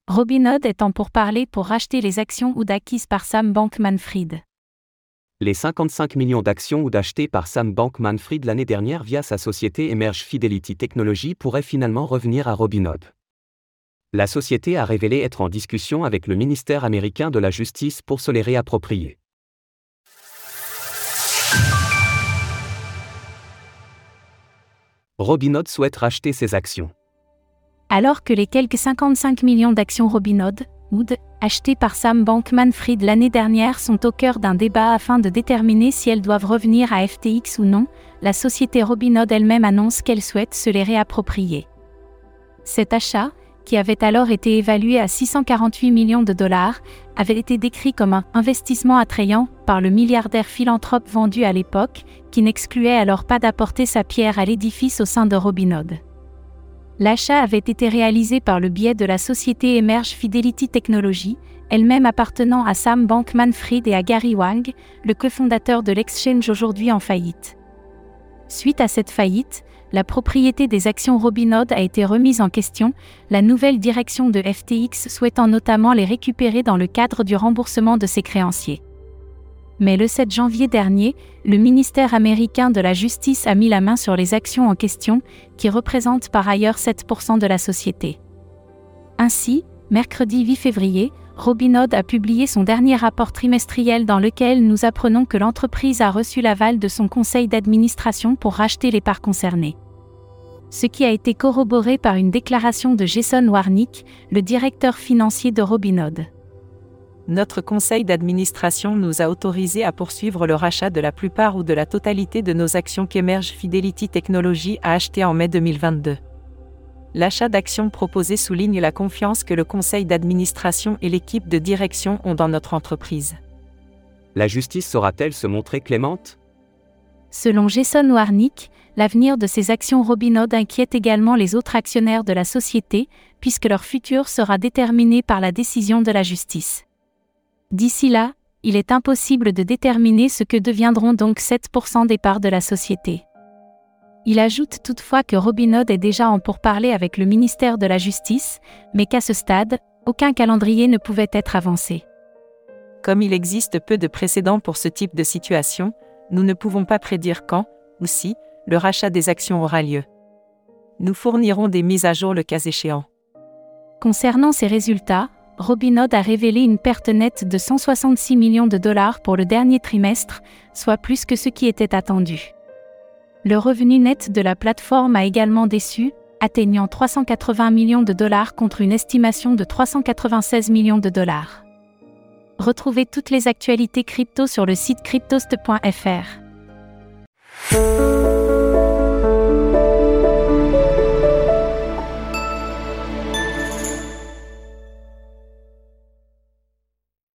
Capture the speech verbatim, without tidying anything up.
Robinhood est en pourparlers pour racheter les actions Oud acquises par Sam Bankman-Fried. Les cinquante-cinq millions d'actions Oud achetées par Sam Bankman-Fried l'année dernière via sa société Emerge Fidelity Technologies pourraient finalement revenir à Robinhood. La société a révélé être en discussion avec le ministère américain de la Justice pour se les réapproprier. Robinhood souhaite racheter ses actions. Alors que les quelques cinquante-cinq millions d'actions Robinhood, Oud, achetées par Sam Bankman-Fried l'année dernière sont au cœur d'un débat afin de déterminer si elles doivent revenir à F T X ou non, la société Robinhood elle-même annonce qu'elle souhaite se les réapproprier. Cet achat, qui avait alors été évalué à six cent quarante-huit millions de dollars, avait été décrit comme un « investissement attrayant » par le milliardaire philanthrope vendu à l'époque, qui n'excluait alors pas d'apporter sa pierre à l'édifice au sein de Robinhood. L'achat avait été réalisé par le biais de la société Emerge Fidelity Technologies, elle-même appartenant à Sam Bankman-Fried et à Gary Wang, le cofondateur de l'exchange aujourd'hui en faillite. Suite à cette faillite, la propriété des actions Robinhood a été remise en question, la nouvelle direction de F T X souhaitant notamment les récupérer dans le cadre du remboursement de ses créanciers. Mais le sept janvier dernier, le ministère américain de la Justice a mis la main sur les actions en question, qui représentent par ailleurs sept pour cent de la société. Ainsi, mercredi huit février, Robinhood a publié son dernier rapport trimestriel dans lequel nous apprenons que l'entreprise a reçu l'aval de son conseil d'administration pour racheter les parts concernées. Ce qui a été corroboré par une déclaration de Jason Warnick, le directeur financier de Robinhood. Notre conseil d'administration nous a autorisé à poursuivre le rachat de la plupart ou de la totalité de nos actions qu'Emerge Fidelity Technologies a achetées en mai deux mille vingt-deux. L'achat d'actions proposé souligne la confiance que le conseil d'administration et l'équipe de direction ont dans notre entreprise. La justice saura-t-elle se montrer clémente ? Selon Jason Warnick, l'avenir de ces actions Robinhood inquiète également les autres actionnaires de la société, puisque leur futur sera déterminé par la décision de la justice. D'ici là, il est impossible de déterminer ce que deviendront donc sept pour cent des parts de la société. Il ajoute toutefois que Robinhood est déjà en pourparlers avec le ministère de la Justice, mais qu'à ce stade, aucun calendrier ne pouvait être avancé. Comme il existe peu de précédents pour ce type de situation, nous ne pouvons pas prédire quand, ou si, le rachat des actions aura lieu. Nous fournirons des mises à jour le cas échéant. Concernant ces résultats, Robinhood a révélé une perte nette de cent soixante-six millions de dollars pour le dernier trimestre, soit plus que ce qui était attendu. Le revenu net de la plateforme a également déçu, atteignant trois cent quatre-vingts millions de dollars contre une estimation de trois cent quatre-vingt-seize millions de dollars. Retrouvez toutes les actualités crypto sur le site cryptost point f r.